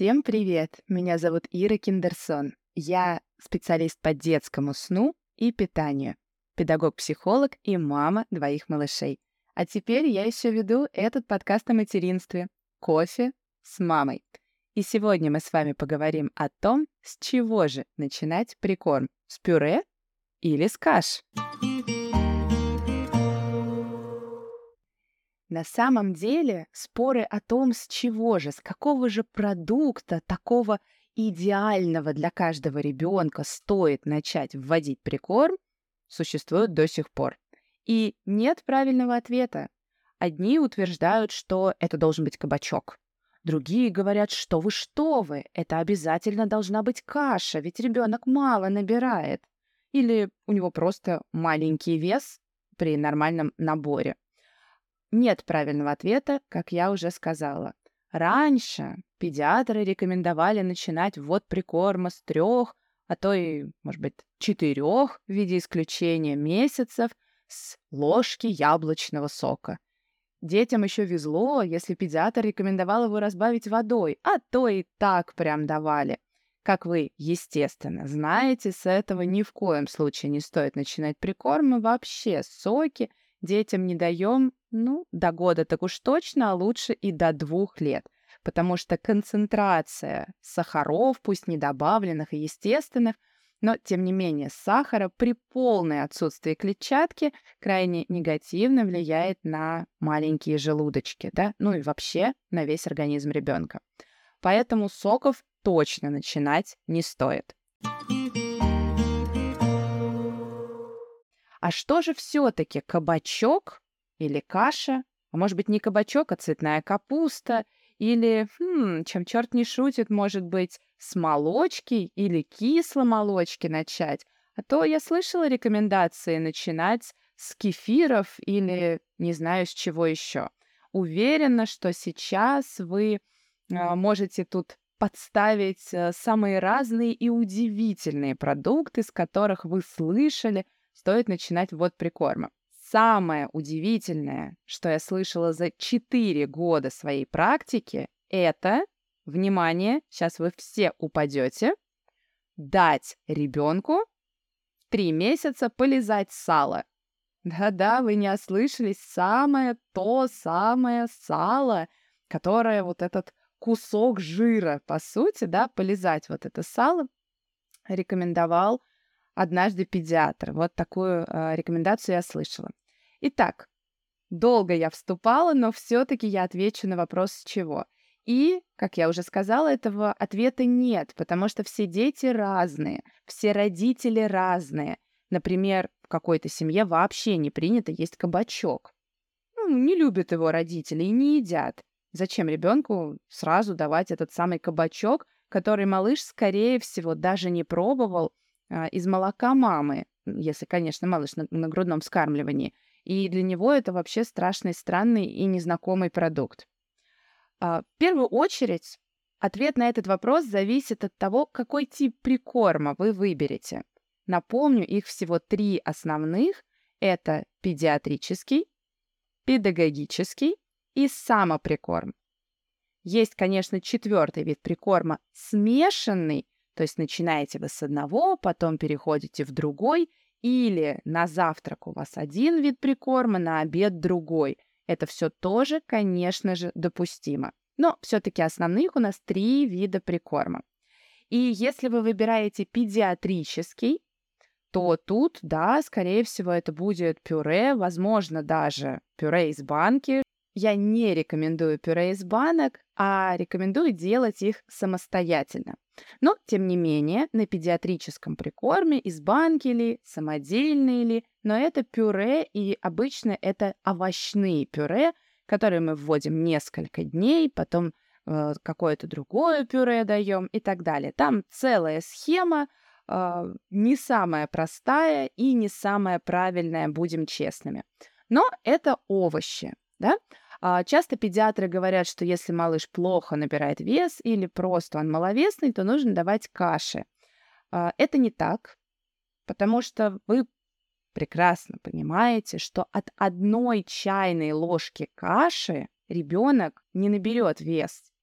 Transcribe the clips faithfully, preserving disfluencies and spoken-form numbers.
Всем привет! Меня зовут Ира Киндерсон. Я специалист по детскому сну и питанию, педагог-психолог и мама двоих малышей. А теперь я еще веду этот подкаст о материнстве «Кофе с мамой». И сегодня мы с вами поговорим о том, с чего же начинать прикорм — с пюре или с каш. На самом деле споры о том, с чего же, с какого же продукта такого идеального для каждого ребенка стоит начать вводить прикорм, существуют до сих пор. И нет правильного ответа. Одни утверждают, что это должен быть кабачок. Другие говорят, что вы что вы, это обязательно должна быть каша, ведь ребенок мало набирает. Или у него просто маленький вес при нормальном наборе. Нет правильного ответа, как я уже сказала. Раньше педиатры рекомендовали начинать ввод прикорма с трех, а то и, может быть, четырех в виде исключения месяцев с ложки яблочного сока. Детям еще везло, если педиатр рекомендовал его разбавить водой, а то и так прям давали. Как вы, естественно, знаете, с этого ни в коем случае не стоит начинать прикорм, и вообще соки детям не даем, ну, до года так уж точно, а лучше и до двух лет, потому что концентрация сахаров, пусть не добавленных и естественных, но, тем не менее, сахара при полном отсутствии клетчатки крайне негативно влияет на маленькие желудочки, да, ну и вообще на весь организм ребенка. Поэтому соков точно начинать не стоит. А что же все-таки кабачок или каша? А может быть, не кабачок, а цветная капуста? Или, хм, чем черт не шутит, может быть, с молочки или кисломолочки начать? А то я слышала рекомендации начинать с кефиров или не знаю с чего еще. Уверена, что сейчас вы а, можете тут подставить а, самые разные и удивительные продукты, с которых вы слышали, стоит начинать ввод прикорма. Самое удивительное, что я слышала за четыре года своей практики, это, внимание, сейчас вы все упадете, дать ребенку в три месяца полизать сало. Да-да, вы не ослышались, самое то самое сало, которое вот этот кусок жира, по сути, да, полизать вот это сало рекомендовал однажды педиатр. Вот такую э, рекомендацию я слышала. Итак, долго я вступала, но все-таки я отвечу на вопрос «с чего?». И, как я уже сказала, этого ответа нет, потому что все дети разные, все родители разные. Например, в какой-то семье вообще не принято есть кабачок. Ну, не любят его родители и не едят. Зачем ребенку сразу давать этот самый кабачок, который малыш, скорее всего, даже не пробовал а, из молока мамы, если, конечно, малыш на, на грудном вскармливании. И для него это вообще страшный, странный и незнакомый продукт. А, в первую очередь, ответ на этот вопрос зависит от того, какой тип прикорма вы выберете. Напомню, их всего три основных. Это педиатрический, педагогический и самоприкорм. Есть, конечно, четвертый вид прикорма — смешанный, то есть начинаете вы с одного, потом переходите в другой, или на завтрак у вас один вид прикорма, на обед другой. Это все тоже, конечно же, допустимо. Но все-таки основных у нас три вида прикорма. И если вы выбираете педиатрический, то тут, да, скорее всего, это будет пюре, возможно, даже пюре из банки. Я не рекомендую пюре из банок, а рекомендую делать их самостоятельно. Но, тем не менее, на педиатрическом прикорме из банки ли, самодельные ли, но это пюре, и обычно это овощные пюре, которые мы вводим несколько дней, потом э, какое-то другое пюре даем и так далее. Там целая схема, э, не самая простая и не самая правильная, будем честными. Но это овощи, да? А часто педиатры говорят, что если малыш плохо набирает вес или просто он маловесный, то нужно давать каши. А, это не так, потому что вы прекрасно понимаете, что от одной чайной ложки каши ребенок не наберет вес.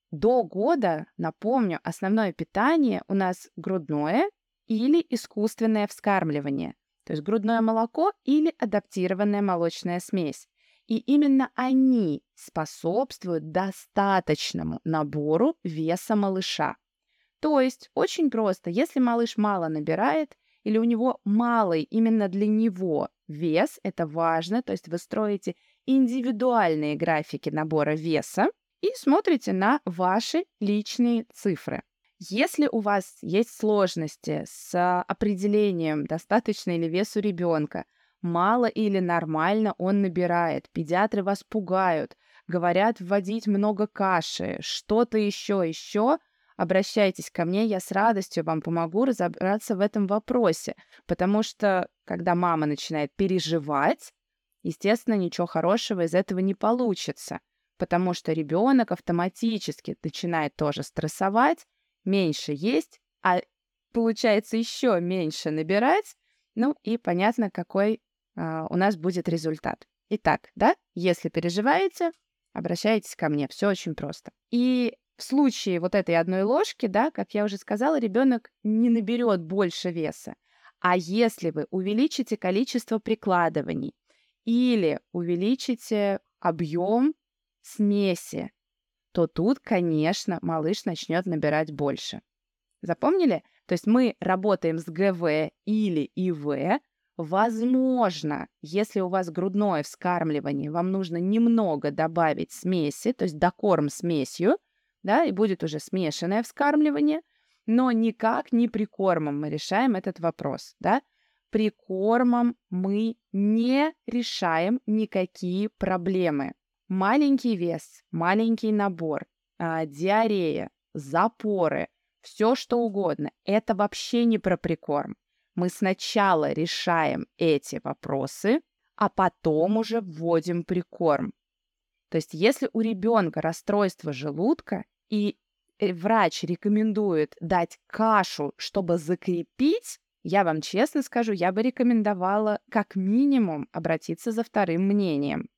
До года, напомню, основное питание у нас грудное или искусственное вскармливание, то есть грудное молоко или адаптированная молочная смесь. И именно они способствуют достаточному набору веса малыша. То есть очень просто, если малыш мало набирает или у него малый именно для него вес, это важно, то есть вы строите индивидуальные графики набора веса и смотрите на ваши личные цифры. Если у вас есть сложности с определением, достаточно ли весу ребенка, мало или нормально он набирает, педиатры вас пугают, говорят вводить много каши, что-то еще, еще, обращайтесь ко мне, я с радостью вам помогу разобраться в этом вопросе, потому что, когда мама начинает переживать, естественно, ничего хорошего из этого не получится, потому что ребенок автоматически начинает тоже стрессовать, меньше есть, а получается еще меньше набирать, ну и понятно, какой а, у нас будет результат. Итак, да, если переживаете, обращайтесь ко мне, все очень просто. И в случае вот этой одной ложки, да, как я уже сказала, ребенок не наберет больше веса. А если вы увеличите количество прикладываний или увеличите объем смеси, то тут, конечно, малыш начнет набирать больше. Запомнили? То есть мы работаем с ГВ или ИВ. Возможно, если у вас грудное вскармливание, вам нужно немного добавить смеси, то есть докорм смесью, да, и будет уже смешанное вскармливание, но никак не прикормом мы решаем этот вопрос, да. Прикормом мы не решаем никакие проблемы. Маленький вес, маленький набор, а, диарея, запоры, все что угодно. Это вообще не про прикорм. Мы сначала решаем эти вопросы, а потом уже вводим прикорм. То есть если у ребенка расстройство желудка, и врач рекомендует дать кашу, чтобы закрепить, я вам честно скажу, я бы рекомендовала как минимум обратиться за вторым мнением.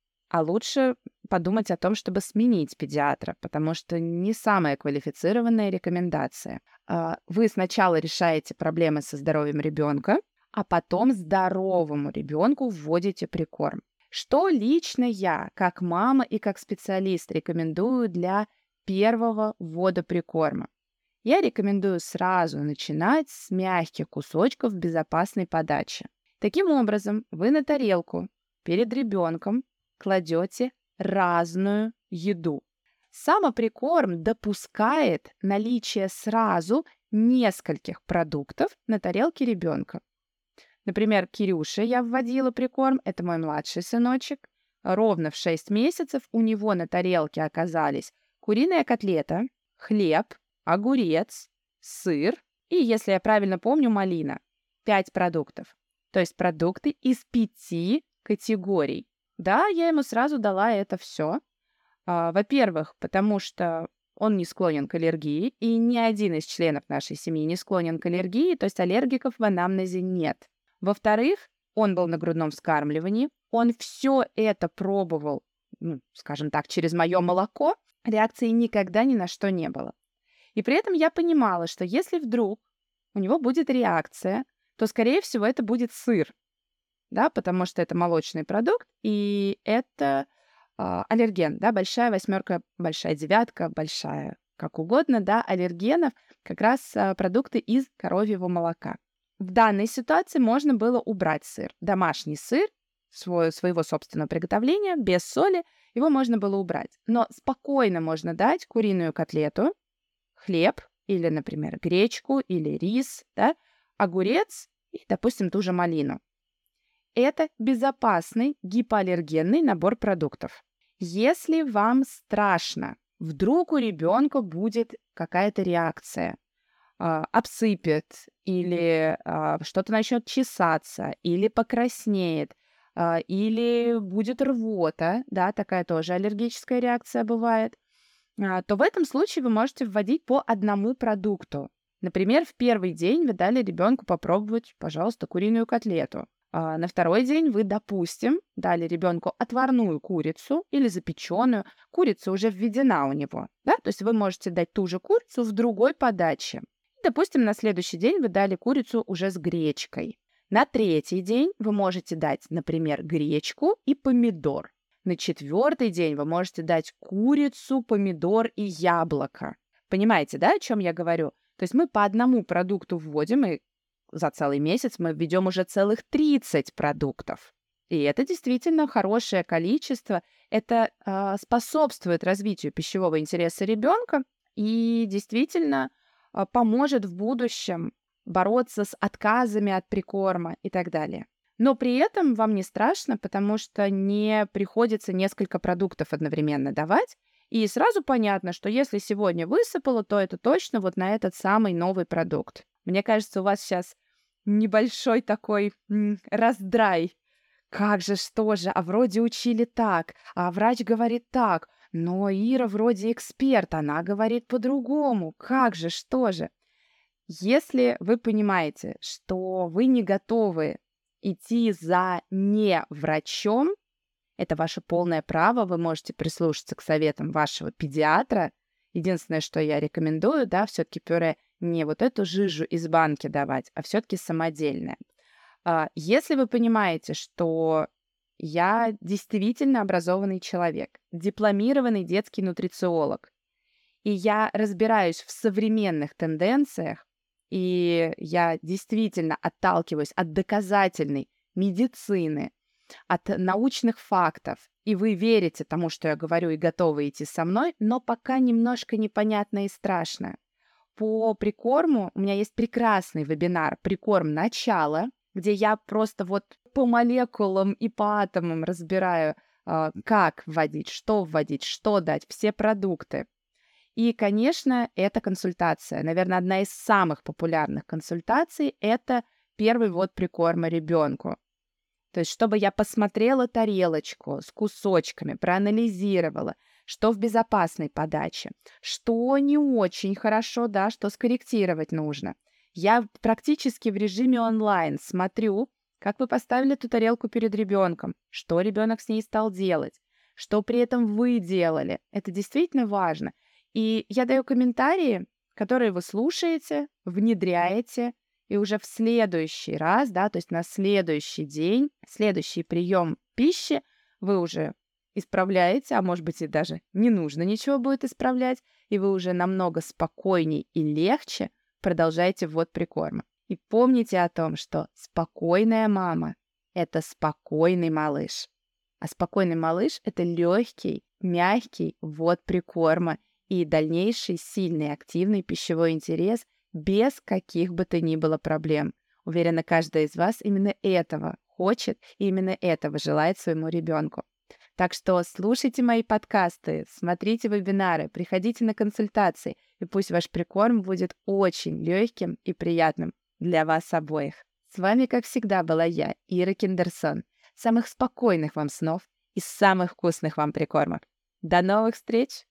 А лучше подумать о том, чтобы сменить педиатра, потому что не самая квалифицированная рекомендация. Вы сначала решаете проблемы со здоровьем ребенка, а потом здоровому ребенку вводите прикорм. Что лично я, как мама и как специалист, рекомендую для первого ввода прикорма? Я рекомендую сразу начинать с мягких кусочков безопасной подачи. Таким образом, вы на тарелку перед ребенком кладете разную еду. Самоприкорм допускает наличие сразу нескольких продуктов на тарелке ребенка. Например, Кирюше я вводила прикорм, это мой младший сыночек. Ровно в шесть месяцев у него на тарелке оказались куриная котлета, хлеб, огурец, сыр и, если я правильно помню, малина. Пять продуктов. То есть продукты из пяти категорий. Да, я ему сразу дала это все. А, во-первых, потому что он не склонен к аллергии, и ни один из членов нашей семьи не склонен к аллергии, то есть аллергиков в анамнезе нет. Во-вторых, он был на грудном вскармливании, он все это пробовал, ну, скажем так, через мое молоко, реакции никогда ни на что не было. И при этом я понимала, что если вдруг у него будет реакция, то, скорее всего, это будет сыр, да, потому что это молочный продукт, и это э, аллерген, да, большая восьмерка, большая девятка, большая, как угодно, да, аллергенов, как раз э, продукты из коровьего молока. В данной ситуации можно было убрать сыр. Домашний сыр, свой, своего собственного приготовления, без соли, его можно было убрать. Но спокойно можно дать куриную котлету, хлеб или, например, гречку или рис, да, огурец и, допустим, ту же малину. Это безопасный гипоаллергенный набор продуктов. Если вам страшно, вдруг у ребенка будет какая-то реакция, э, обсыпет или э, что-то начнет чесаться, или покраснеет, э, или будет рвота, да, такая тоже аллергическая реакция бывает, э, то в этом случае вы можете вводить по одному продукту. Например, в первый день вы дали ребенку попробовать, пожалуйста, куриную котлету. А, на второй день вы, допустим, дали ребенку отварную курицу или запеченную. Курица уже введена у него, да, то есть вы можете дать ту же курицу в другой подаче. И, допустим, на следующий день вы дали курицу уже с гречкой. На третий день вы можете дать, например, гречку и помидор. На четвертый день вы можете дать курицу, помидор и яблоко. Понимаете, да, о чем я говорю? То есть мы по одному продукту вводим, и за целый месяц мы введем уже целых тридцать продуктов. И это действительно хорошее количество. Это э, способствует развитию пищевого интереса ребенка и действительно э, поможет в будущем бороться с отказами от прикорма и так далее. Но при этом вам не страшно, потому что не приходится несколько продуктов одновременно давать. И сразу понятно, что если сегодня высыпало, то это точно вот на этот самый новый продукт. Мне кажется, у вас сейчас небольшой такой м, раздрай. Как же, что же, а вроде учили так, а врач говорит так, но Ира вроде эксперт, она говорит по-другому. Как же, что же? Если вы понимаете, что вы не готовы идти за не врачом, это ваше полное право, вы можете прислушаться к советам вашего педиатра. Единственное, что я рекомендую, да, все-таки пюре не вот эту жижу из банки давать, а все-таки самодельное. А, Если вы понимаете, что я действительно образованный человек, дипломированный детский нутрициолог, и я разбираюсь в современных тенденциях, и я действительно отталкиваюсь от доказательной медицины, от научных фактов, и вы верите тому, что я говорю, и готовы идти со мной, но пока немножко непонятно и страшно. По прикорму у меня есть прекрасный вебинар «Прикорм. Начало», где я просто вот по молекулам и по атомам разбираю, а, как вводить, что вводить, что дать, все продукты. И, конечно, это консультация. Наверное, одна из самых популярных консультаций – это первый ввод прикорма ребенку. То есть, чтобы я посмотрела тарелочку с кусочками, проанализировала, что в безопасной подаче, что не очень хорошо, да, что скорректировать нужно. Я практически в режиме онлайн смотрю, как вы поставили эту тарелку перед ребенком, что ребенок с ней стал делать, что при этом вы делали. Это действительно важно. И я даю комментарии, которые вы слушаете, внедряете, и уже в следующий раз, да, то есть на следующий день, следующий прием пищи вы уже исправляете, а может быть и даже не нужно ничего будет исправлять, и вы уже намного спокойней и легче продолжаете ввод прикорма. И помните о том, что спокойная мама – это спокойный малыш. А спокойный малыш – это легкий, мягкий ввод прикорма и дальнейший сильный активный пищевой интерес без каких бы то ни было проблем. Уверена, каждая из вас именно этого хочет и именно этого желает своему ребенку. Так что слушайте мои подкасты, смотрите вебинары, приходите на консультации, и пусть ваш прикорм будет очень легким и приятным для вас обоих. С вами, как всегда, была я, Ира Киндерсон. Самых спокойных вам снов и самых вкусных вам прикормов. До новых встреч!